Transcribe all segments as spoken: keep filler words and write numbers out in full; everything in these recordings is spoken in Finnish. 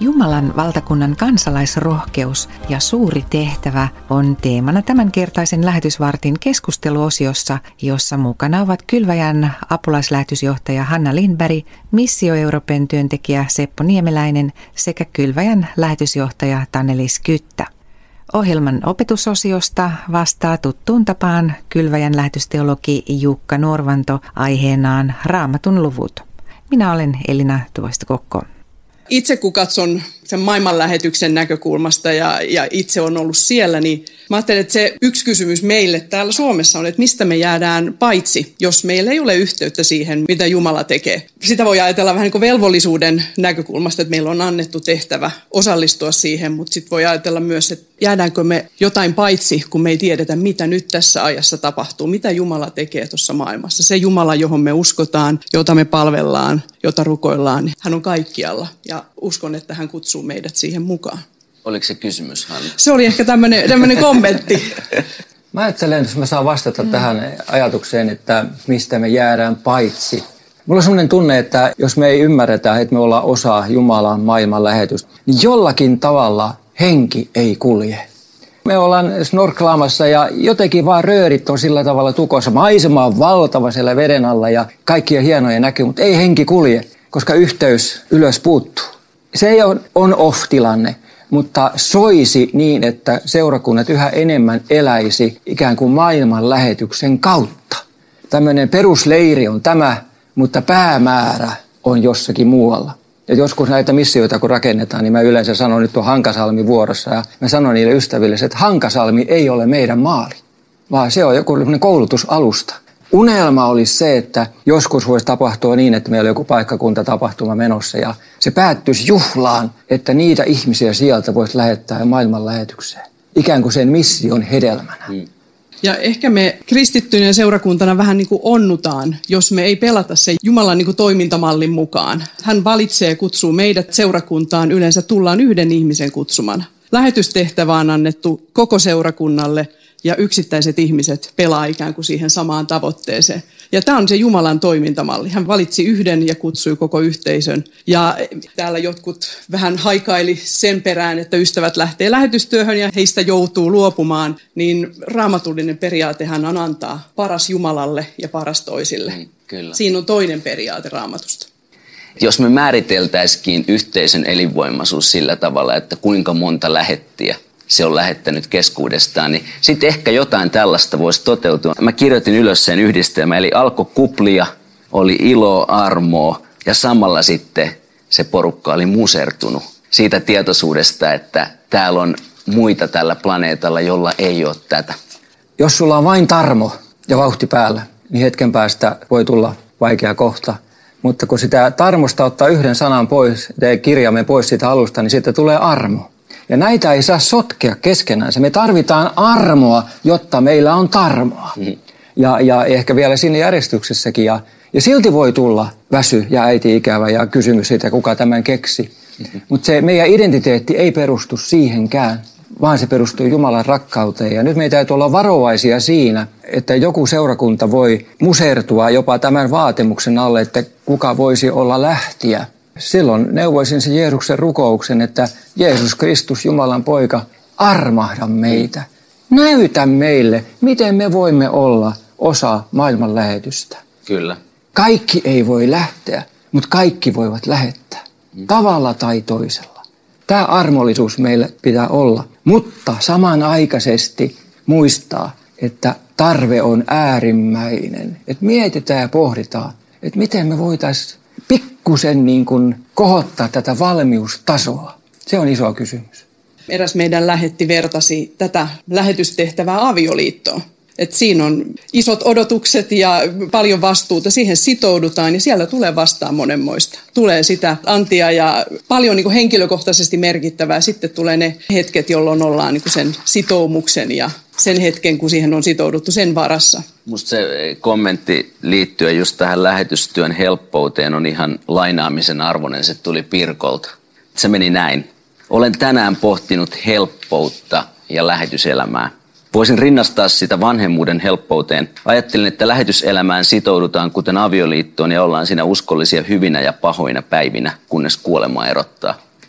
Jumalan valtakunnan kansalaisrohkeus ja suuri tehtävä on teemana tämänkertaisen lähetysvartin keskusteluosiossa, jossa mukana ovat Kylväjän apulaislähetysjohtaja Hanna Lindberg, Missio Euroopan työntekijä Seppo Niemeläinen sekä Kylväjän lähetysjohtaja Tannelis Kyttä. Ohjelman opetusosiosta vastaa tuttuun tapaan Kylväjän lähetysteologi Jukka Norvanto aiheenaan Raamatun luvut. Minä olen Elina Tuosto-Kokko. Itse kun katson sen maailmanlähetyksen näkökulmasta ja, ja itse on ollut siellä, niin mä ajattelen, että se yksi kysymys meille täällä Suomessa on, että mistä me jäädään paitsi, jos meillä ei ole yhteyttä siihen, mitä Jumala tekee. Sitä voi ajatella vähän niin kuin velvollisuuden näkökulmasta, että meillä on annettu tehtävä osallistua siihen, mutta sitten voi ajatella myös, että jäädäänkö me jotain paitsi, kun me ei tiedetä, mitä nyt tässä ajassa tapahtuu, mitä Jumala tekee tuossa maailmassa. Se Jumala, johon me uskotaan, jota me palvellaan, jota rukoillaan, hän on kaikkialla ja uskon, että hän kutsuu meidät siihen mukaan. Oliko se kysymys, Hanna? Se oli ehkä tämmöinen, tämmöinen kommentti. Mä ajattelen, jos mä saan vastata mm. tähän ajatukseen, että mistä me jäädään paitsi. Mulla on sellainen tunne, että jos me ei ymmärretä, että me ollaan osa Jumalan maailman lähetystä, niin jollakin tavalla henki ei kulje. Me ollaan snorklaamassa ja jotenkin vaan röörit on sillä tavalla tukossa. Maisema on valtava siellä veden alla ja kaikkia hienoja näkyy, mutta ei henki kulje, koska yhteys ylös puuttuu. Se ei ole on-off-tilanne, mutta soisi niin, että seurakunnat yhä enemmän eläisi ikään kuin maailman lähetyksen kautta. Tämmöinen perusleiri on tämä, mutta päämäärä on jossakin muualla. Ja joskus näitä missioita kun rakennetaan, niin mä yleensä sanon, nyt on Hankasalmi vuorossa ja mä sanon niille ystäville, että Hankasalmi ei ole meidän maali, vaan se on joku koulutusalusta. Unelma olisi se, että joskus voisi tapahtua niin, että meillä on joku paikkakuntatapahtuma menossa ja se päättyisi juhlaan, että niitä ihmisiä sieltä voisi lähettää maailman lähetykseen. Ikään kuin sen mission hedelmänä. Hmm. Ja ehkä me kristittyinen seurakuntana vähän niin kuin onnutaan, jos me ei pelata sen Jumalan niin kuin toimintamallin mukaan. Hän valitsee ja kutsuu meidät seurakuntaan, yleensä tullaan yhden ihmisen kutsumana. Lähetystehtävä on annettu koko seurakunnalle ja yksittäiset ihmiset pelaa ikään kuin siihen samaan tavoitteeseen. Ja tämä on se Jumalan toimintamalli. Hän valitsi yhden ja kutsui koko yhteisön. Ja täällä jotkut vähän haikaili sen perään, että ystävät lähtee lähetystyöhön ja heistä joutuu luopumaan. Niin raamatullinen periaatehan on antaa paras Jumalalle ja paras toisille. Mm, kyllä. Siinä on toinen periaate Raamatusta. Jos me määriteltäisikin yhteisön elinvoimaisuus sillä tavalla, että kuinka monta lähettiä se on lähettänyt keskuudestaan, niin sitten ehkä jotain tällaista voisi toteutua. Mä kirjoitin ylös sen yhdistelmän, eli alkoi kuplia, oli iloa, armoa ja samalla sitten se porukka oli musertunut siitä tietoisuudesta, että täällä on muita tällä planeetalla, jolla ei ole tätä. Jos sulla on vain tarmo ja vauhti päällä, niin hetken päästä voi tulla vaikea kohta. Mutta kun sitä tarmosta ottaa yhden sanan pois, kirjaimen pois siitä alusta, niin sitten tulee armo. Ja näitä ei saa sotkea keskenään. Me tarvitaan armoa, jotta meillä on tarmoa. Mm. Ja, ja ehkä vielä siinä järjestyksessäkin. Ja, ja silti voi tulla väsy ja äiti-ikävä ja kysymys siitä, kuka tämän keksi. Mm-hmm. Mutta se meidän identiteetti ei perustu siihenkään, vaan se perustuu Jumalan rakkauteen. Ja nyt meidän täytyy olla varovaisia siinä, että joku seurakunta voi musertua jopa tämän vaatimuksen alle, että kuka voisi olla lähtiä. Silloin neuvoisin sen Jeesuksen rukouksen, että Jeesus Kristus, Jumalan poika, armahda meitä. Näytä meille, miten me voimme olla osa maailman lähetystä. Kyllä. Kaikki ei voi lähteä, mutta kaikki voivat lähettää. Tavalla tai toisella. Tämä armollisuus meille pitää olla, mutta samanaikaisesti muistaa, että tarve on äärimmäinen. Että mietitään ja pohditaan, että miten me voitaisiin pikkusen niin kuin kohottaa tätä valmiustasoa. Se on iso kysymys. Eräs meidän lähetti vertasi tätä lähetystehtävää avioliittoon. Et siinä on isot odotukset ja paljon vastuuta, siihen sitoudutaan ja sieltä tulee vastaan monenmoista. Tulee sitä antia ja paljon niin kuin henkilökohtaisesti merkittävää. Sitten tulee ne hetket, jolloin ollaan niin kuin sen sitoumuksen ja sen hetken, kun siihen on sitouduttu sen varassa. Musta se kommentti liittyen just tähän lähetystyön helppouteen on ihan lainaamisen arvoinen. Se tuli Pirkolta. Se meni näin. Olen tänään pohtinut helppoutta ja lähetyselämää. Voisin rinnastaa sitä vanhemmuuden helppouteen. Ajattelin, että lähetyselämään sitoudutaan kuten avioliittoon ja ollaan siinä uskollisia hyvinä ja pahoina päivinä, kunnes kuolema erottaa.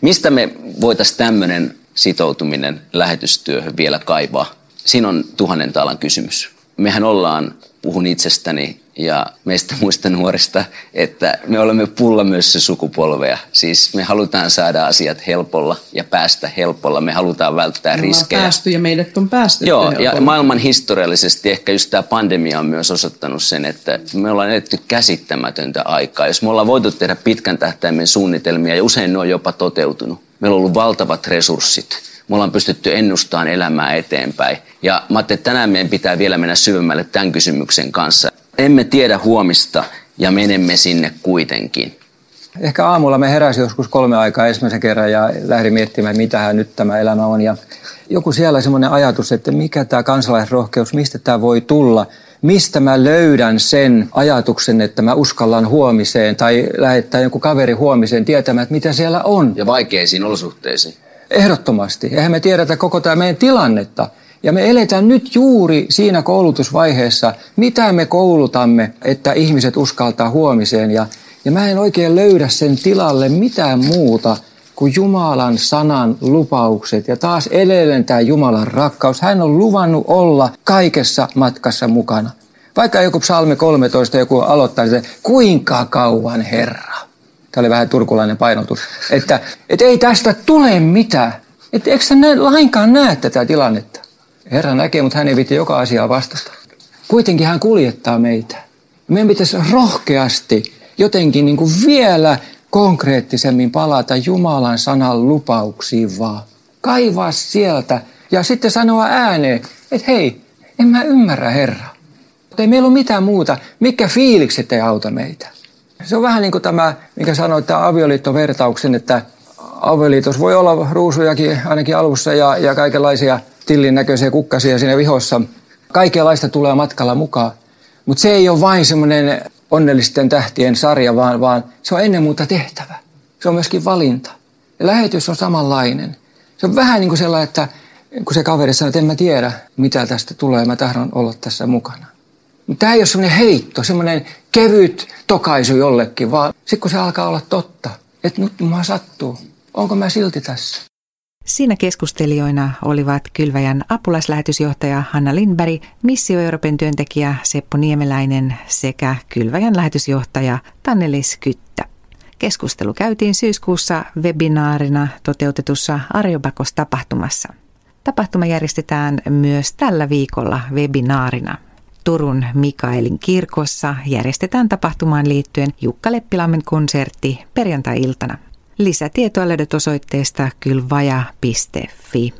Mistä me voitaisiin tämmöinen sitoutuminen lähetystyöhön vielä kaivaa? Siinä on tuhannen taalan kysymys. Mehän ollaan, puhun itsestäni ja meistä muista nuorista, että me olemme pullamössö sukupolvea. Siis me halutaan saada asiat helpolla ja päästä helpolla. Me halutaan välttää me riskejä. Me päästy ja meidät on päästetty Joo, helpolla. Ja maailman historiallisesti ehkä just tämä pandemia on myös osoittanut sen, että me ollaan eletty käsittämätöntä aikaa. Jos me ollaan voitu tehdä pitkän tähtäimen suunnitelmia ja usein ne on jopa toteutunut. Meillä on ollut valtavat resurssit. Me ollaan pystytty ennustamaan elämää eteenpäin. Ja mä ajattelin, että tänään meidän pitää vielä mennä syvemmälle tämän kysymyksen kanssa. Emme tiedä huomista ja menemme sinne kuitenkin. Ehkä aamulla me heräsi joskus kolme aikaa ensimmäisen kerran ja lähdin miettimään, mitähän nyt tämä elämä on. Ja joku siellä semmoinen ajatus, että mikä tämä kansalaisrohkeus, mistä tämä voi tulla. Mistä mä löydän sen ajatuksen, että mä uskallan huomiseen tai lähettää joku kaveri huomiseen tietämään, että mitä siellä on. Ja vaikeisiin olosuhteisiin. Ehdottomasti. Eihän me tiedetä koko tämä meidän tilannetta. Ja me eletään nyt juuri siinä koulutusvaiheessa, mitä me koulutamme, että ihmiset uskaltaa huomiseen. Ja, ja mä en oikein löydä sen tilalle mitään muuta kuin Jumalan sanan lupaukset. Ja taas edelleen tämä Jumalan rakkaus. Hän on luvannut olla kaikessa matkassa mukana. Vaikka joku psalmi kolmetoista joku aloittaa, että kuinka kauan Herra. Tämä oli vähän turkulainen painotus. Että, että ei tästä tule mitään. Että eikö sä näe, lainkaan näe tätä tilannetta? Herra näkee, mutta hän ei viitti joka asiaa vastata. Kuitenkin hän kuljettaa meitä. Meidän pitäisi rohkeasti jotenkin niin kuin vielä konkreettisemmin palata Jumalan sanan lupauksiin vaan. Kaivaa sieltä ja sitten sanoa ääneen, että hei, en mä ymmärrä Herra. Ei meillä ole mitään muuta. Mikä fiilikset ei auta meitä? Se on vähän niin kuin tämä, mikä sanoi tämä avioliittovertauksen, että avioliitos voi olla ruusujakin ainakin alussa ja, ja kaikenlaisia tillin näköisiä kukkasia siinä vihossa. Kaikenlaista tulee matkalla mukaan. Mutta se ei ole vain semmoinen onnellisten tähtien sarja, vaan, vaan se on ennen muuta tehtävä. Se on myöskin valinta. Ja lähetys on samanlainen. Se on vähän niin kuin sellainen, että kun se kaveri sanoo, että en mä tiedä, mitä tästä tulee, mä tahdon olla tässä mukana. Tämä ei ole semmoinen heitto, semmoinen kevyt tokaisu jollekin, vaan sitten kun se alkaa olla totta, että nyt mua sattuu, onko mä silti tässä? Siinä keskustelijoina olivat Kylväjän apulaislähetysjohtaja Hanna Lindberg, Missio Euroopan työntekijä Seppo Niemeläinen sekä Kylväjän lähetysjohtaja Tannelis Kyttä. Keskustelu käytiin syyskuussa webinaarina toteutetussa Areopagos-tapahtumassa. Tapahtuma järjestetään myös tällä viikolla webinaarina. Turun Mikaelin kirkossa järjestetään tapahtumaan liittyen Jukka Leppilammen konsertti perjantai-iltana. Lisätietoa löydät osoitteesta kylvaja piste fi.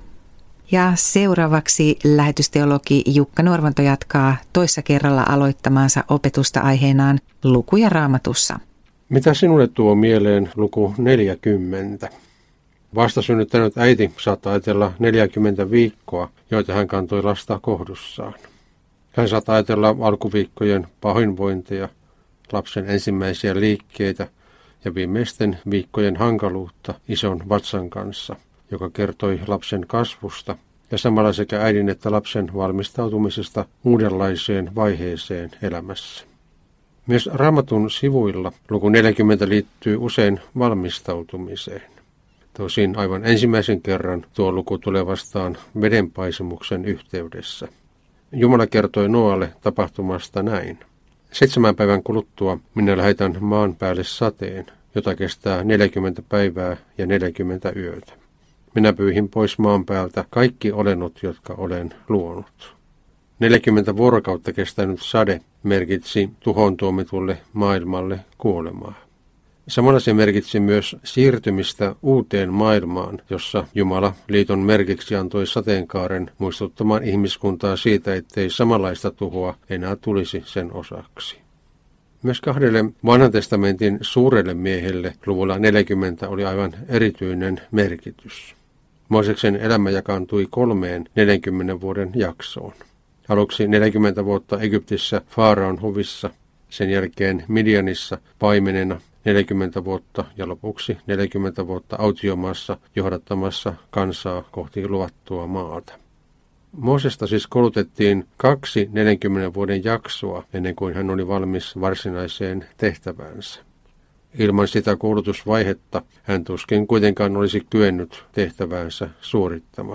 Ja seuraavaksi lähetysteologi Jukka Norvanto jatkaa toissa kerralla aloittamaansa opetusta aiheenaan lukuja Raamatussa. Mitä sinulle tuo mieleen luku neljäkymmentä? Vastasynnyttänyt äiti saattaa ajatella neljäkymmentä viikkoa, joita hän kantoi lasta kohdussaan. Hän saattaa ajatella alkuviikkojen pahoinvointeja, lapsen ensimmäisiä liikkeitä ja viimeisten viikkojen hankaluutta ison vatsan kanssa, joka kertoi lapsen kasvusta ja samalla sekä äidin että lapsen valmistautumisesta uudenlaiseen vaiheeseen elämässä. Myös Raamatun sivuilla luku neljäkymmentä liittyy usein valmistautumiseen. Tosin aivan ensimmäisen kerran tuo luku tulee vastaan vedenpaisumuksen yhteydessä. Jumala kertoi Noalle tapahtumasta näin. Seitsemän päivän kuluttua minä lähetän maan päälle sateen, jota kestää neljäkymmentä päivää ja neljäkymmentä yötä. Minä pyyhin pois maan päältä kaikki olennot, jotka olen luonut. neljäkymmentä vuorokautta kestänyt sade merkitsi tuhon tuomitulle maailmalle kuolemaa. Samalla se merkitsi myös siirtymistä uuteen maailmaan, jossa Jumala liiton merkiksi antoi sateenkaaren muistuttamaan ihmiskuntaa siitä, ettei samanlaista tuhoa enää tulisi sen osaksi. Myös kahdelle vanhan testamentin suurelle miehelle luvulla neljäkymmentä oli aivan erityinen merkitys. Mooseksen elämä jakaantui kolmeen neljänkymmenen vuoden jaksoon. Aluksi neljäkymmentä vuotta Egyptissä Faaraon huvissa, sen jälkeen Midianissa paimenena neljäkymmentä vuotta ja lopuksi neljäkymmentä vuotta autiomaassa johdattamassa kansaa kohti luvattua maata. Moosesta siis koulutettiin kaksi neljänkymmenen vuoden jaksoa ennen kuin hän oli valmis varsinaiseen tehtäväänsä. Ilman sitä koulutusvaihetta hän tuskin kuitenkaan olisi kyennyt tehtäväänsä suorittamaan.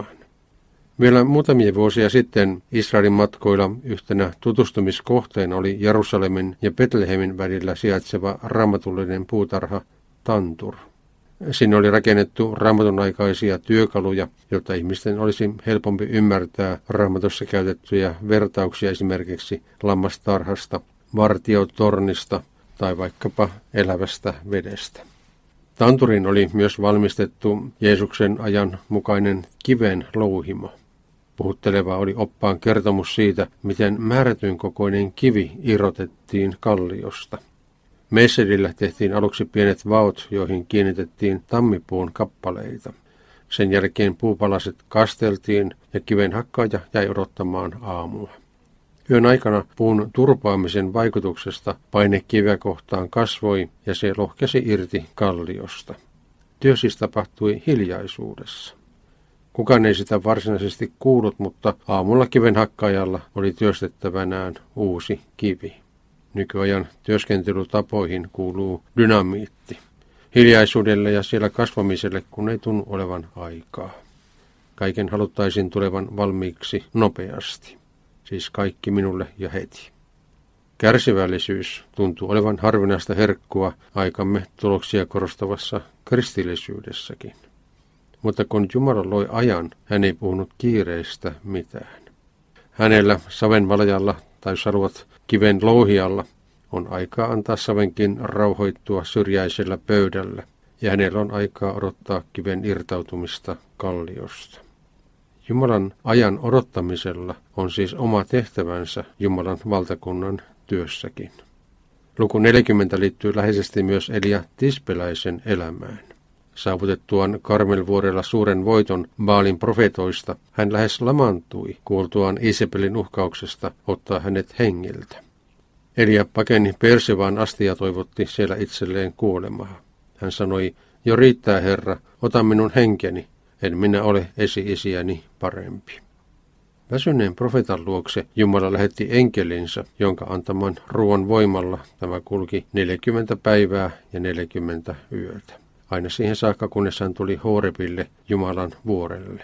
Vielä muutamia vuosia sitten Israelin matkoilla yhtenä tutustumiskohteena oli Jerusalemin ja Betlehemin välillä sijaitseva raamatullinen puutarha Tantur. Sinne oli rakennettu raamatun aikaisia työkaluja, jotta ihmisten olisi helpompi ymmärtää raamatussa käytettyjä vertauksia esimerkiksi lammastarhasta, vartiotornista tai vaikkapa elävästä vedestä. Tanturin oli myös valmistettu Jeesuksen ajan mukainen kiven louhimo. Puhutteleva oli oppaan kertomus siitä, miten määrätyn kokoinen kivi irrotettiin kalliosta. Messedillä tehtiin aluksi pienet vaot, joihin kiinnitettiin tammipuun kappaleita. Sen jälkeen puupalaset kasteltiin ja kiven hakkaaja jäi odottamaan aamua. Yön aikana puun turpaamisen vaikutuksesta paine kiveä kohtaan kasvoi ja se lohkesi irti kalliosta. Työ siis tapahtui hiljaisuudessa. Kukaan ei sitä varsinaisesti kuullut, mutta aamulla kiven hakkaajalla oli työstettävänään uusi kivi. Nykyajan työskentelytapoihin kuuluu dynamiitti. Hiljaisuudelle ja siellä kasvamiselle, kun ei tunnu olevan aikaa. Kaiken haluttaisiin tulevan valmiiksi nopeasti. Siis kaikki minulle ja heti. Kärsivällisyys tuntuu olevan harvinaista herkkua aikamme tuloksia korostavassa kristillisyydessäkin. Mutta kun Jumala loi ajan, hän ei puhunut kiireistä mitään. Hänellä savenvalajalla tai jos haluat kiven louhialla on aikaa antaa savenkin rauhoittua syrjäisellä pöydällä ja hänellä on aikaa odottaa kiven irtautumista kalliosta. Jumalan ajan odottamisella on siis oma tehtävänsä Jumalan valtakunnan työssäkin. Luku neljäkymmentä liittyy läheisesti myös Elia Tispeläisen elämään. Saavutettuaan Karmelvuorella suuren voiton Baalin profetoista, hän lähes lamantui kuultuaan Isabelin uhkauksesta ottaa hänet hengiltä. Elia pakeni Persevaan asti ja toivotti siellä itselleen kuolemaa. Hän sanoi, jo riittää Herra, ota minun henkeni, en minä ole esi-isiäni parempi. Väsyneen profeetan luokse Jumala lähetti enkelinsä, jonka antaman ruoan voimalla tämä kulki neljäkymmentä päivää ja neljäkymmentä yötä. Aina siihen saakka, kunnes hän tuli Horebille, Jumalan vuorelle.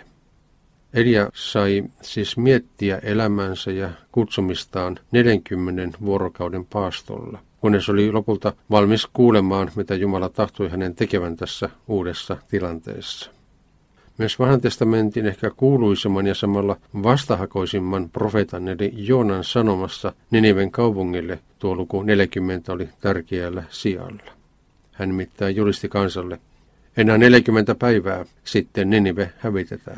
Elia sai siis miettiä elämänsä ja kutsumistaan neljänkymmenen vuorokauden paastolla, kunnes oli lopulta valmis kuulemaan, mitä Jumala tahtoi hänen tekevän tässä uudessa tilanteessa. Myös Vanhan testamentin ehkä kuuluisemman ja samalla vastahakoisimman profeetan eli Joonan sanomassa Niniven kaupungille tuo luku neljäkymmentä oli tärkeällä sijalla. Hän nimittäin julisti kansalle, enää neljäkymmentä päivää, sitten Ninive hävitetään.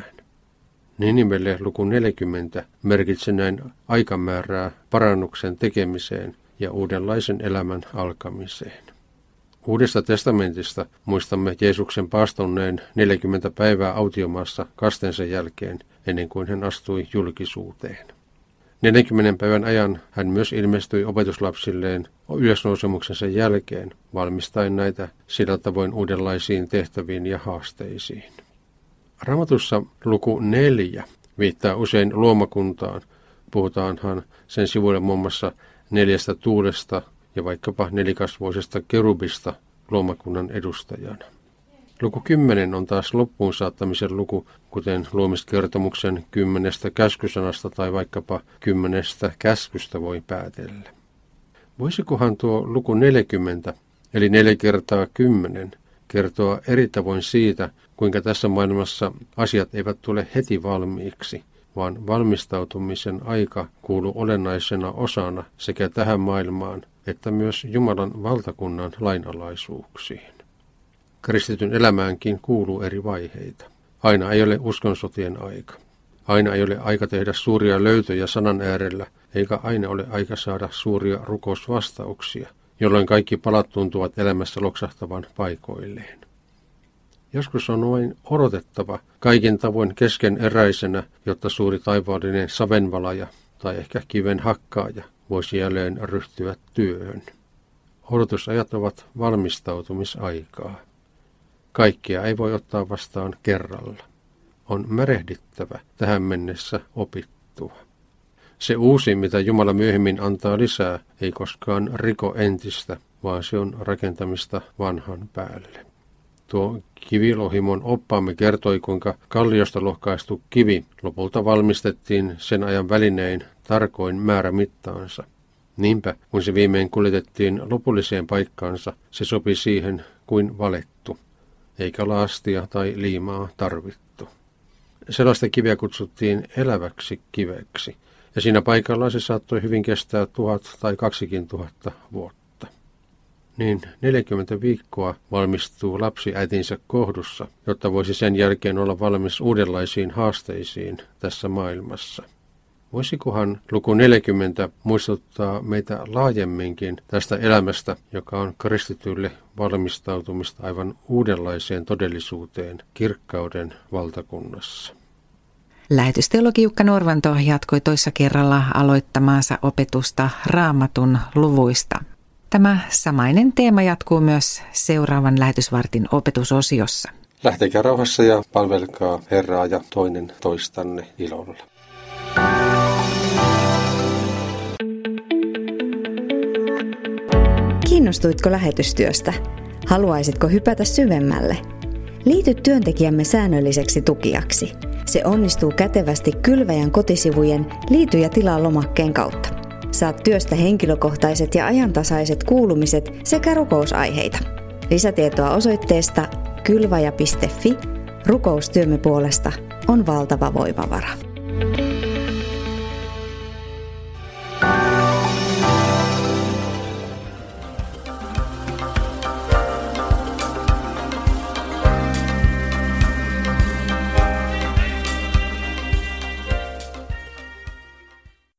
Ninivelle luku neljäkymmentä merkitsi näin aikamäärää parannuksen tekemiseen ja uudenlaisen elämän alkamiseen. Uudesta testamentista muistamme Jeesuksen paastonneen neljäkymmentä päivää autiomaassa kastensa jälkeen, ennen kuin hän astui julkisuuteen. neljänkymmenen päivän ajan hän myös ilmestyi opetuslapsilleen ylösnousemuksensa jälkeen, valmistaen näitä sillä tavoin uudenlaisiin tehtäviin ja haasteisiin. Raamatussa luku neljä viittaa usein luomakuntaan. Puhutaanhan sen sivuille muun muassa neljästä tuulesta ja vaikkapa nelikasvoisesta kerubista luomakunnan edustajana. Luku kymmenen on taas loppuun saattamisen luku, kuten luomiskertomuksen kymmenestä käskysanasta tai vaikkapa kymmenestä käskystä voi päätellä. Voisikohan tuo luku neljäkymmentä, eli neljä kertaa kymmenen, kertoa eri tavoin siitä, kuinka tässä maailmassa asiat eivät tule heti valmiiksi, vaan valmistautumisen aika kuuluu olennaisena osana sekä tähän maailmaan että myös Jumalan valtakunnan lainalaisuuksiin. Kristityn elämäänkin kuuluu eri vaiheita. Aina ei ole uskonsotien aika. Aina ei ole aika tehdä suuria löytöjä sanan äärellä, eikä aina ole aika saada suuria rukousvastauksia, jolloin kaikki palat tuntuvat elämässä loksahtavan paikoilleen. Joskus on vain odotettava kaikin tavoin keskeneräisenä, jotta suuri taivaallinen savenvalaja tai ehkä kiven hakkaaja voisi jälleen ryhtyä työhön. Odotusajat ovat valmistautumisaikaa. Kaikkia ei voi ottaa vastaan kerralla. On märehdittävä tähän mennessä opittua. Se uusi, mitä Jumala myöhemmin antaa lisää, ei koskaan riko entistä, vaan se on rakentamista vanhan päälle. Tuo Kivilohimon oppaamme kertoi, kuinka kalliosta lohkaistu kivi lopulta valmistettiin sen ajan välinein tarkoin määrämittaansa. Niinpä, kun se viimein kuljetettiin lopulliseen paikkaansa, se sopi siihen kuin valettu, eikä laastia tai liimaa tarvittu. Sellaista kiveä kutsuttiin eläväksi kiveksi, ja siinä paikallaan se saattoi hyvin kestää tuhat tai kaksikin tuhatta vuotta. Niin neljäkymmentä viikkoa valmistuu lapsi äitinsä kohdussa, jotta voisi sen jälkeen olla valmis uudenlaisiin haasteisiin tässä maailmassa. Voisikohan luku neljäkymmentä muistuttaa meitä laajemminkin tästä elämästä, joka on kristitylle valmistautumista aivan uudenlaiseen todellisuuteen kirkkauden valtakunnassa. Lähetysteologi Jukka Norvanto jatkoi toissa kerralla aloittamaansa opetusta Raamatun luvuista. Tämä samainen teema jatkuu myös seuraavan lähetysvartin opetusosiossa. Lähtekää rauhassa ja palvelkaa Herraa ja toinen toistanne ilolla. Kiinnostuitko lähetystyöstä? Haluaisitko hypätä syvemmälle? Liity työntekijämme säännölliseksi tukijaksi. Se onnistuu kätevästi Kylväjän kotisivujen Liity ja tilaa -lomakkeen kautta. Saat työstä henkilökohtaiset ja ajantasaiset kuulumiset sekä rukousaiheita. Lisätietoa osoitteesta kylvaja piste fi. Rukoustyömme puolesta on valtava voimavara.